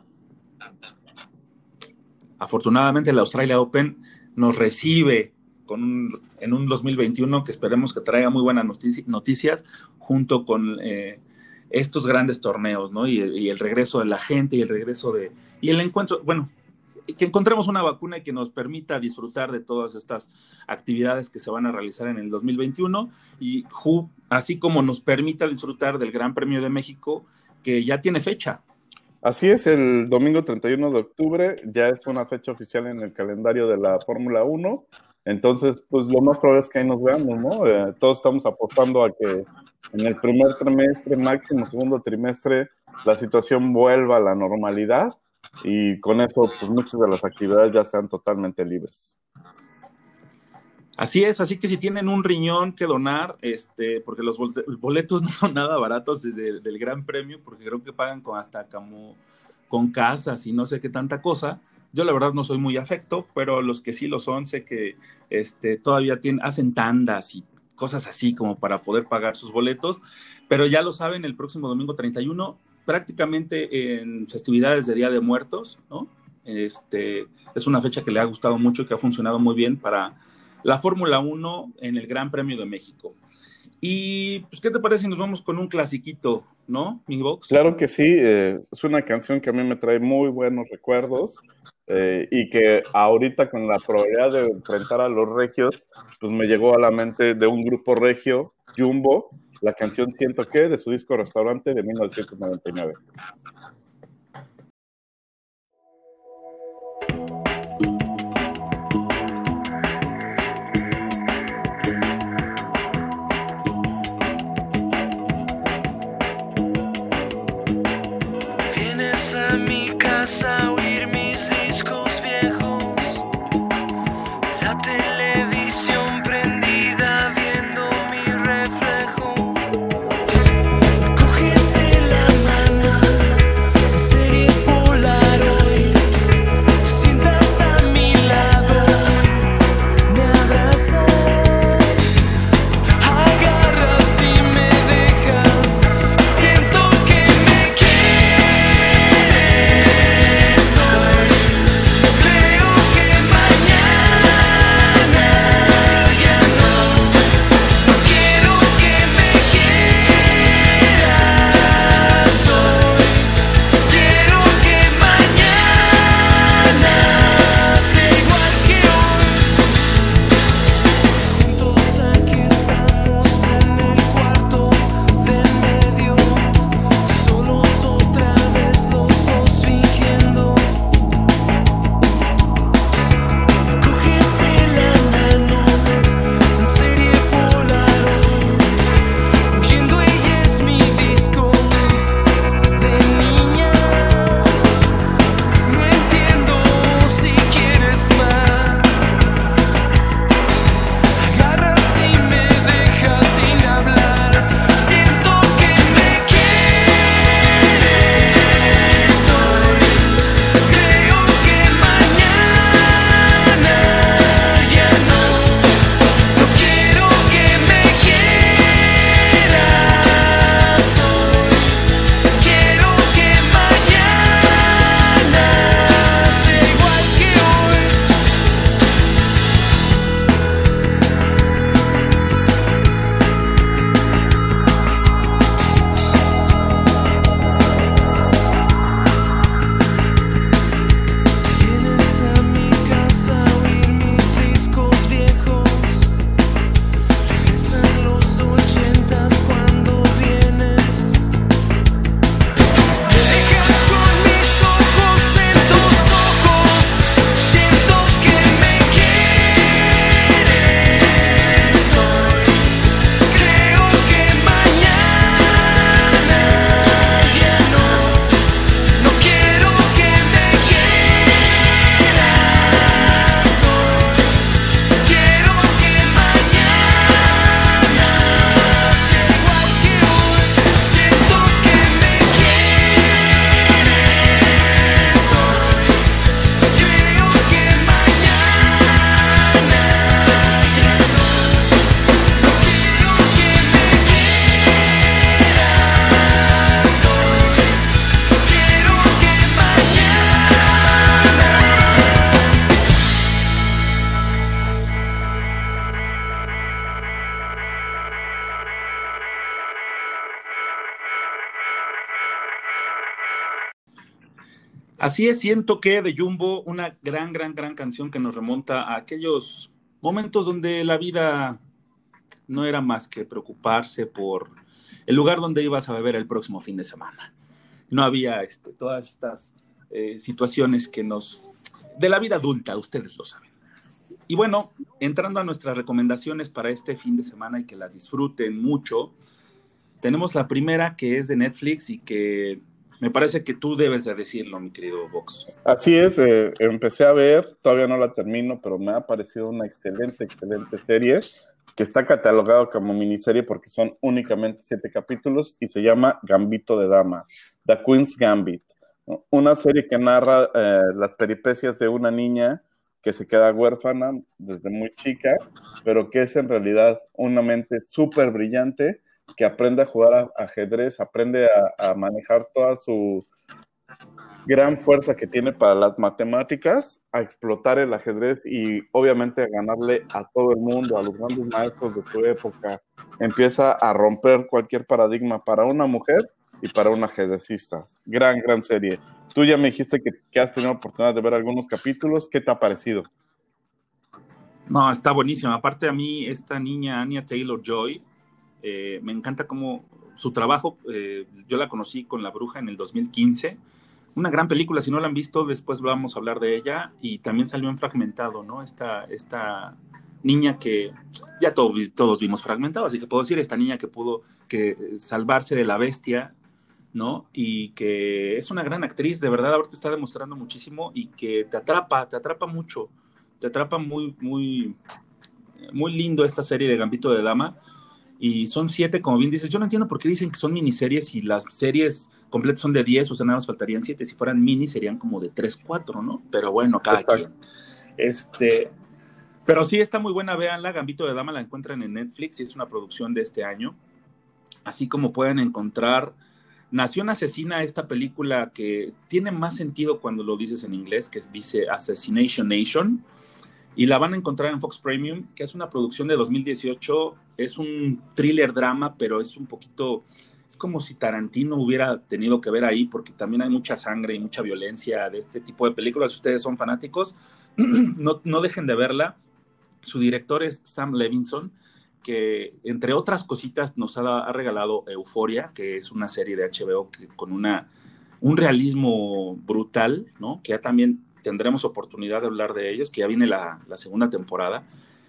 Afortunadamente el Australia Open nos recibe con un, en un dos mil veintiuno que esperemos que traiga muy buenas notici- noticias junto con eh, estos grandes torneos, ¿no? Y, y el regreso de la gente y el regreso de... Y el encuentro, bueno, que encontremos una vacuna y que nos permita disfrutar de todas estas actividades que se van a realizar en el dos mil veintiuno y ju, así como nos permita disfrutar del Gran Premio de México, que ya tiene fecha. Así es, el domingo treinta y uno de octubre ya es una fecha oficial en el calendario de la Fórmula uno, entonces pues lo más probable es que ahí nos veamos, ¿no? Eh, todos estamos apostando a que en el primer trimestre, máximo segundo trimestre, la situación vuelva a la normalidad y con eso pues muchas de las actividades ya sean totalmente libres. Así es, así que si tienen un riñón que donar, este, porque los boletos no son nada baratos de, de, del Gran Premio, porque creo que pagan con hasta como con casas y no sé qué tanta cosa. Yo la verdad no soy muy afecto, pero los que sí lo son, sé que este, todavía tienen, hacen tandas y cosas así como para poder pagar sus boletos, pero ya lo saben, el próximo domingo treinta y uno, prácticamente en festividades de Día de Muertos, ¿no? Este, es una fecha que le ha gustado mucho y que ha funcionado muy bien para la Fórmula uno en el Gran Premio de México. Y, pues, ¿qué te parece si nos vamos con un clasiquito, no, mi box? Claro que sí, eh, es una canción que a mí me trae muy buenos recuerdos eh, y que ahorita con la probabilidad de enfrentar a los regios, pues me llegó a la mente de un grupo regio, Jumbo, la canción Siento que, de su disco Restaurante de mil novecientos noventa y nueve. A mi casa a oír mis discos viejos, la televisión prendida viendo mi reflejo. Me coges de la mano, serie Polaroid, te sientas a mi lado, me abrazas, agarras y me dejas. Siento que me quieres. Así es, siento que de Jumbo, una gran, gran, gran canción que nos remonta a aquellos momentos donde la vida no era más que preocuparse por el lugar donde ibas a beber el próximo fin de semana. No había este, todas estas eh, situaciones que nos... de la vida adulta, ustedes lo saben. Y bueno, entrando a nuestras recomendaciones para este fin de semana y que las disfruten mucho, tenemos la primera que es de Netflix y que me parece que tú debes de decirlo, mi querido Vox. Así es, eh, empecé a ver, todavía no la termino, pero me ha parecido una excelente, excelente serie que está catalogado como miniserie porque son únicamente siete capítulos y se llama Gambito de Dama, The Queen's Gambit, ¿no? Una serie que narra eh, las peripecias de una niña que se queda huérfana desde muy chica, pero que es en realidad una mente súper brillante que aprende a jugar a ajedrez, aprende a, a manejar toda su gran fuerza que tiene para las matemáticas, a explotar el ajedrez y obviamente a ganarle a todo el mundo, a los grandes maestros de su época. Empieza a romper cualquier paradigma para una mujer y para un ajedrecista. Gran, gran serie. Tú ya me dijiste que, que has tenido oportunidad de ver algunos capítulos. ¿Qué te ha parecido? No, está buenísima. Aparte a mí, esta niña, Anya Taylor-Joy, eh, me encanta cómo su trabajo, eh, yo la conocí con La Bruja en el dos mil quince, una gran película, si no la han visto, después vamos a hablar de ella, y también salió en Fragmentado, ¿no? Esta, esta niña que ya todos, todos vimos Fragmentado, así que puedo decir, esta niña que pudo que salvarse de la bestia, ¿no? Y que es una gran actriz, de verdad, ahorita está demostrando muchísimo y que te atrapa, te atrapa mucho, te atrapa muy, muy, muy lindo esta serie de Gambito de Dama. Y son siete, como bien dices. Yo no entiendo por qué dicen que son miniseries y las series completas son de diez, o sea, nada más faltarían siete. Si fueran mini, serían como de tres, cuatro, ¿no? Pero bueno, cada Exacto. quien. Este, pero sí, está muy buena, véanla. Gambito de Dama la encuentran en Netflix y es una producción de este año. Así como pueden encontrar Nación Asesina, esta película que tiene más sentido cuando lo dices en inglés, que dice Assassination Nation. Y la van a encontrar en Fox Premium, que es una producción de dos mil dieciocho, es un thriller drama, pero es un poquito, es como si Tarantino hubiera tenido que ver ahí, porque también hay mucha sangre y mucha violencia de este tipo de películas. Si ustedes son fanáticos, no, no dejen de verla. Su director es Sam Levinson, que entre otras cositas nos ha, ha regalado Euphoria, que es una serie de H B O que, con una, un realismo brutal, ¿no? Que ya también tendremos oportunidad de hablar de ellos, que ya viene la, la segunda temporada,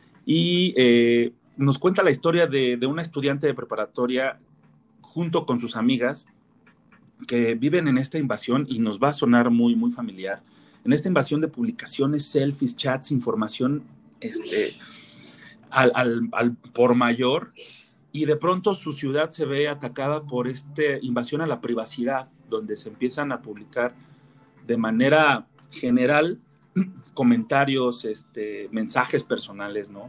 y eh, nos cuenta la historia de, de una estudiante de preparatoria junto con sus amigas que viven en esta invasión, y nos va a sonar muy, muy familiar, en esta invasión de publicaciones, selfies, chats, información este, al, al, al por mayor, y de pronto su ciudad se ve atacada por esta invasión a la privacidad, donde se empiezan a publicar de manera general comentarios, este, mensajes personales, ¿no?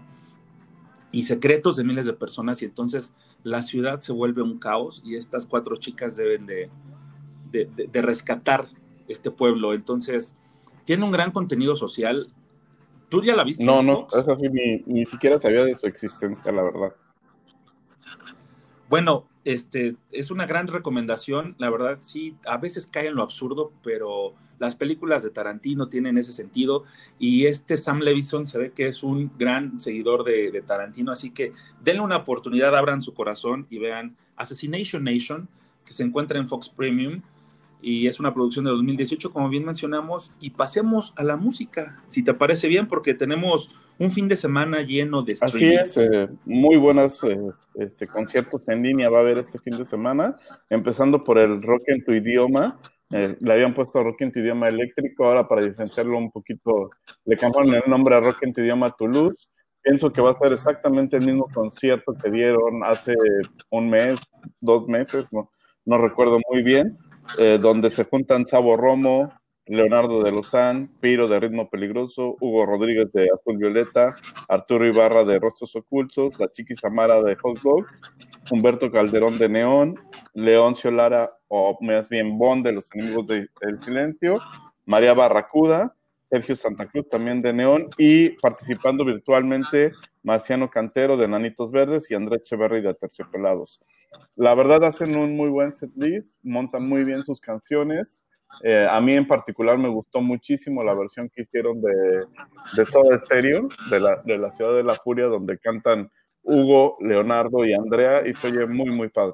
Y secretos de miles de personas, y entonces la ciudad se vuelve un caos y estas cuatro chicas deben de, de, de, de rescatar este pueblo. Entonces tiene un gran contenido social. ¿Tú ya la viste? No, no, es así, ni, ni siquiera sabía de su existencia, la verdad. Bueno, este, es una gran recomendación, la verdad sí, a veces cae en lo absurdo, pero las películas de Tarantino tienen ese sentido, y este Sam Levinson se ve que es un gran seguidor de, de Tarantino, así que denle una oportunidad, abran su corazón y vean Assassination Nation, que se encuentra en Fox Premium, y es una producción de dos mil dieciocho, como bien mencionamos, y pasemos a la música, si te parece bien, porque tenemos un fin de semana lleno de streaming. Así es, eh, muy buenos eh, este, conciertos en línea va a haber este fin de semana, empezando por el Rock en tu Idioma. Eh, le habían puesto Rock en tu Idioma Eléctrico, ahora para diferenciarlo un poquito, le cambiaron el nombre a Rock en tu Idioma Toulouse. Pienso que va a ser exactamente el mismo concierto que dieron hace un mes, dos meses, no, no recuerdo muy bien, eh, donde se juntan Sabo Romo, Leonardo de Lozán, Piro de Ritmo Peligroso, Hugo Rodríguez de Azul Violeta, Arturo Ibarra de Rostros Ocultos, la Chiqui Samara de Hot Dog, Humberto Calderón de Neón, Leoncio Lara, o más bien Bon de Los Enemigos de, del Silencio, María Barracuda, Sergio Santa Cruz también de Neón, y participando virtualmente Marciano Cantero de Nanitos Verdes y Andrés Echeverry de Aterciopelados. La verdad hacen un muy buen setlist, montan muy bien sus canciones, Eh, a mí en particular me gustó muchísimo la versión que hicieron de, de Soda Stereo, de la, de la Ciudad de la Furia, donde cantan Hugo, Leonardo y Andrea, y se oye muy, muy padre.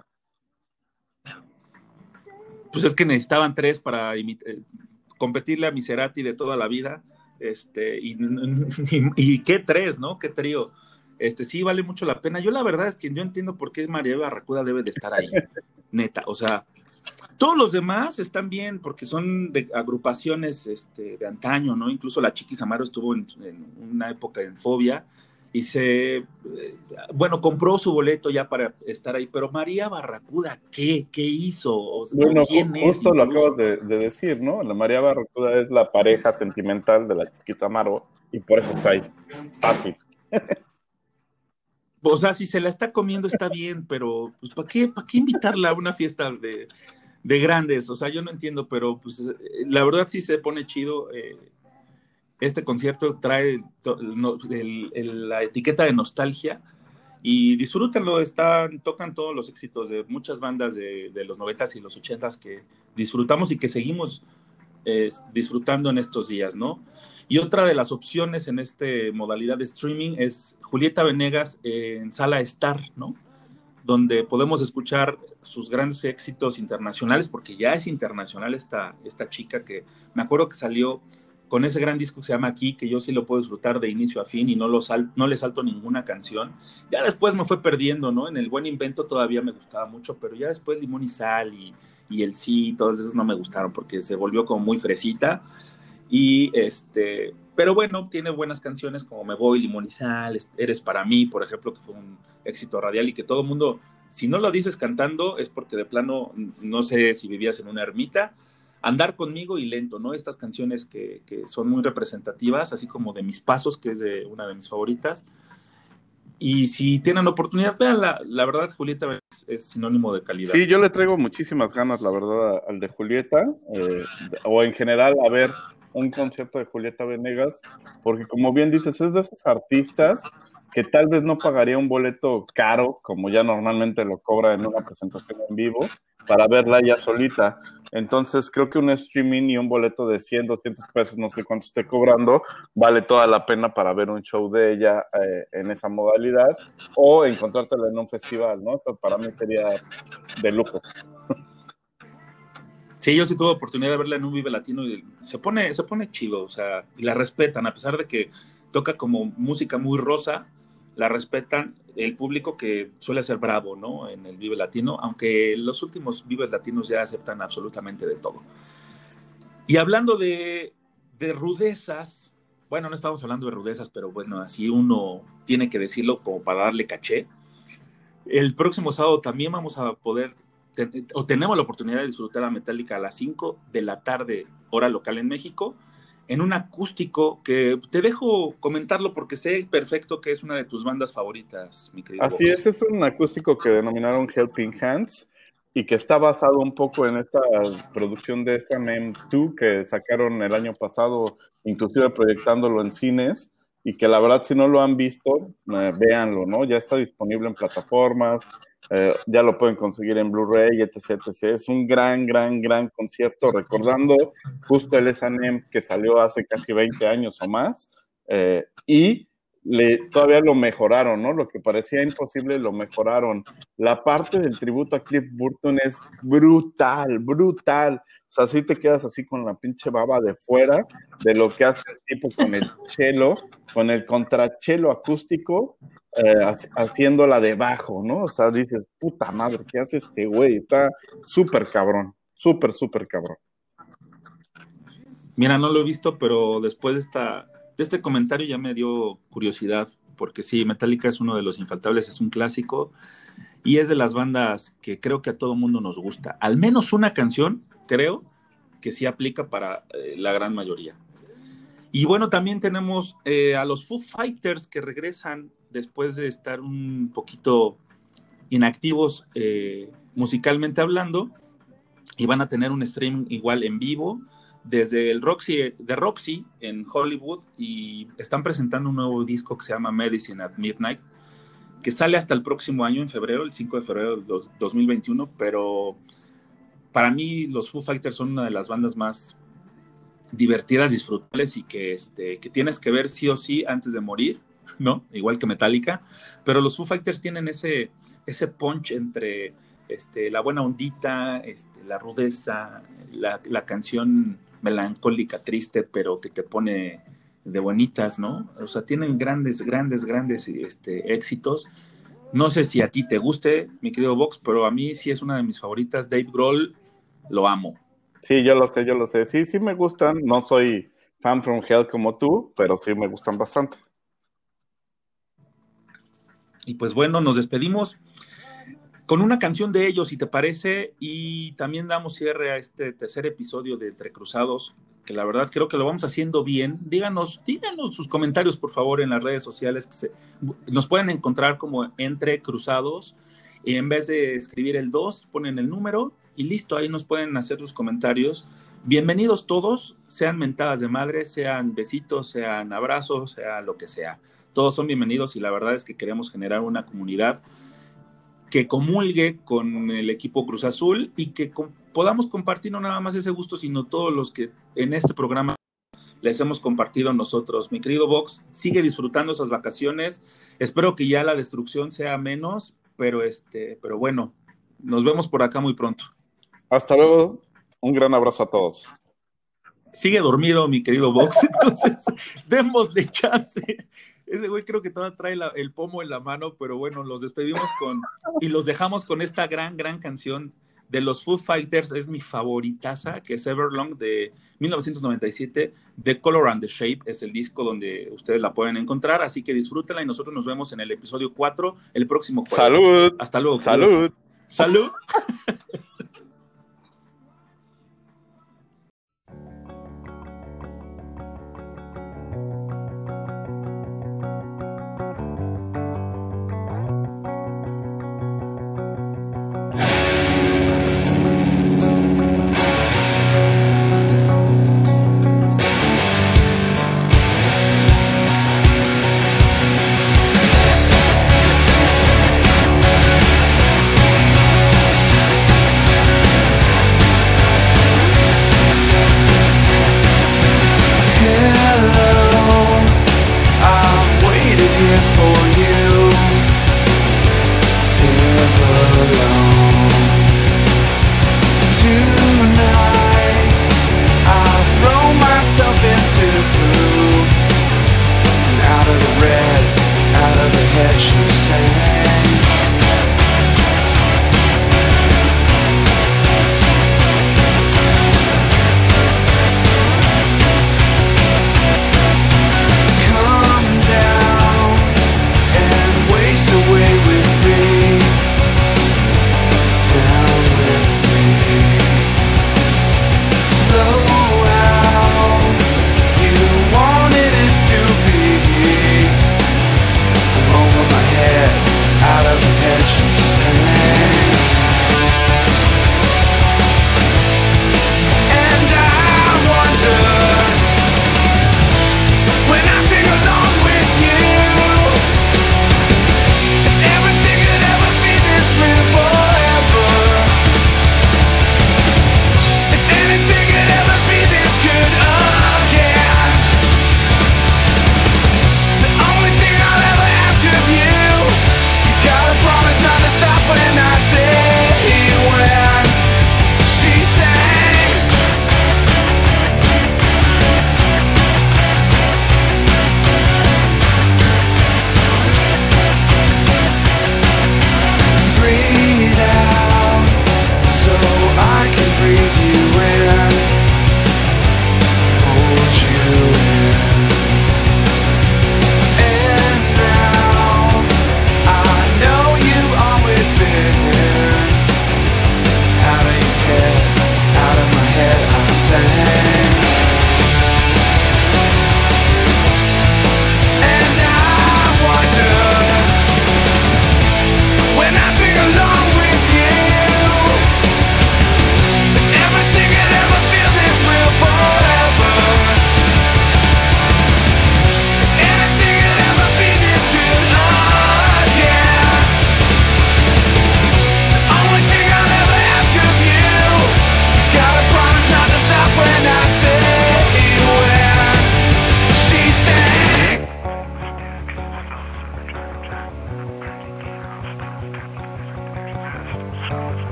Pues es que necesitaban tres para imit- competirle a Miserati de toda la vida, este, y, y, y qué tres, ¿no? Qué trío. Este, sí vale mucho la pena. Yo la verdad es que yo entiendo por qué María Barracuda debe de estar ahí, neta, o sea, todos los demás están bien porque son de agrupaciones este, de antaño, ¿no? Incluso la Chiquis Amaro estuvo en, en una época en Fobia y se, eh, bueno, compró su boleto ya para estar ahí, pero María Barracuda, ¿qué? ¿Qué hizo? O, Bueno, ¿quién ju- es justo lo incluso? acabas de, de decir, ¿no? La María Barracuda es la pareja sentimental de la Chiquita Amaro y por eso está ahí. Fácil. O sea, si se la está comiendo está bien, pero pues ¿para qué, para qué invitarla a una fiesta de, de grandes? O sea, yo no entiendo, pero pues la verdad sí se pone chido. Eh, este concierto trae to, no, el, el, la etiqueta de nostalgia y disfrútenlo, están, tocan todos los éxitos de muchas bandas de, de los noventas y los ochentas que disfrutamos y que seguimos eh, disfrutando en estos días, ¿no? Y otra de las opciones en esta modalidad de streaming es Julieta Venegas en Sala Star, ¿no? Donde podemos escuchar sus grandes éxitos internacionales, porque ya es internacional esta, esta chica que me acuerdo que salió con ese gran disco que se llama Aquí, que yo sí lo puedo disfrutar de inicio a fin y no, lo sal, no le salto ninguna canción. Ya después me fue perdiendo, ¿no? En El Buen Invento todavía me gustaba mucho, pero ya después Limón y Sal y, y El Sí, todos esos no me gustaron porque se volvió como muy fresita. Y este, pero bueno, tiene buenas canciones como Me Voy, Limón y Sal, Eres para mí, por ejemplo, que fue un éxito radial y que todo el mundo, si no lo dices cantando, es porque de plano, no sé si vivías en una ermita. Andar conmigo y Lento, ¿no? Estas canciones que, que son muy representativas, así como de Mis Pasos, que es de una de mis favoritas. Y si tienen oportunidad, veanla. La verdad, Julieta es, es sinónimo de calidad. Sí, yo le traigo muchísimas ganas, la verdad, al de Julieta, eh, o en general a ver un concierto de Julieta Venegas, porque como bien dices, es de esos artistas que tal vez no pagaría un boleto caro, como ya normalmente lo cobra en una presentación en vivo, para verla ya solita. Entonces creo que un streaming y un boleto de cien, doscientos pesos, no sé cuánto esté cobrando, vale toda la pena para ver un show de ella eh, en esa modalidad, o encontrártela en un festival, ¿no? Eso para mí sería de lujo. Sí, yo sí tuve oportunidad de verla en un Vive Latino y se pone, se pone chido, o sea, y la respetan, a pesar de que toca como música muy rosa, la respetan el público que suele ser bravo, ¿no? En el Vive Latino, aunque los últimos Vives Latinos ya aceptan absolutamente de todo. Y hablando de, de rudezas, bueno, no estamos hablando de rudezas, pero bueno, así uno tiene que decirlo como para darle caché. El próximo sábado también vamos a poder ten, o tenemos la oportunidad de disfrutar a Metallica a las cinco de la tarde, hora local en México, en un acústico que te dejo comentarlo porque sé perfecto que es una de tus bandas favoritas, mi querido Así Vox. es, es un acústico que denominaron Helping Hands y que está basado un poco en esta producción de S M M dos que sacaron el año pasado, inclusive proyectándolo en cines, y que la verdad si no lo han visto, eh, véanlo, ¿no? Ya está disponible en plataformas, eh, ya lo pueden conseguir en Blu-ray, etcétera, etcétera. Es un gran, gran, gran concierto, recordando justo el S M M que salió hace casi veinte años o más, eh, y Le, todavía lo mejoraron, ¿no? Lo que parecía imposible lo mejoraron. La parte del tributo a Cliff Burton es brutal, brutal. O sea, sí te quedas así con la pinche baba de fuera de lo que hace el tipo con el cello, con el contrachelo acústico, eh, haciéndola de bajo, ¿no? O sea, dices, puta madre, ¿qué hace este güey? Está súper cabrón, súper, súper cabrón. Mira, no lo he visto, pero después de esta de este comentario ya me dio curiosidad, porque sí, Metallica es uno de los infaltables, es un clásico, y es de las bandas que creo que a todo mundo nos gusta. Al menos una canción, creo, que sí aplica para eh, la gran mayoría. Y bueno, también tenemos eh, a los Foo Fighters que regresan después de estar un poquito inactivos eh, musicalmente hablando, y van a tener un stream igual en vivo, desde el Roxy, de Roxy en Hollywood, y están presentando un nuevo disco que se llama Medicine at Midnight, que sale hasta el próximo año, en febrero, el cinco de febrero de dos mil veintiuno, pero para mí los Foo Fighters son una de las bandas más divertidas, disfrutables y que, este, que tienes que ver sí o sí antes de morir, ¿no? Igual que Metallica, pero los Foo Fighters tienen ese, ese punch entre este, la buena ondita, este, la rudeza, la, la canción melancólica, triste, pero que te pone de bonitas, ¿no? O sea, tienen grandes, grandes, grandes este, éxitos. No sé si a ti te guste, mi querido Vox, pero a mí sí es una de mis favoritas. Dave Grohl, lo amo. Sí, yo lo sé, yo lo sé. Sí, sí me gustan. No soy fan from hell como tú, pero sí me gustan bastante. Y pues bueno, nos despedimos con una canción de ellos, si te parece, y también damos cierre a este tercer episodio de Entre Cruzados, que la verdad creo que lo vamos haciendo bien. Díganos, díganos sus comentarios, por favor, en las redes sociales, que se, nos pueden encontrar como Entre Cruzados, y en vez de escribir el dos, ponen el número, y listo, ahí nos pueden hacer sus comentarios. Bienvenidos todos, sean mentadas de madre, sean besitos, sean abrazos, sea lo que sea. Todos son bienvenidos y la verdad es que queremos generar una comunidad que comulgue con el equipo Cruz Azul y que com- podamos compartir no nada más ese gusto, sino todos los que en este programa les hemos compartido nosotros. Mi querido Vox, sigue disfrutando esas vacaciones. Espero que ya la destrucción sea menos, pero, este, pero bueno, nos vemos por acá muy pronto. Hasta luego. Un gran abrazo a todos. Sigue dormido, mi querido Vox, entonces démosle chance. Ese güey creo que todavía trae la, el pomo en la mano, pero bueno, los despedimos con y los dejamos con esta gran, gran canción de los Foo Fighters, es mi favoritaza, que es Everlong de mil novecientos noventa y siete. The Color and the Shape es el disco donde ustedes la pueden encontrar, así que disfrútenla y nosotros nos vemos en el episodio cuatro el próximo jueves. ¡Salud! Hasta luego. ¡Salud! ¡Salud!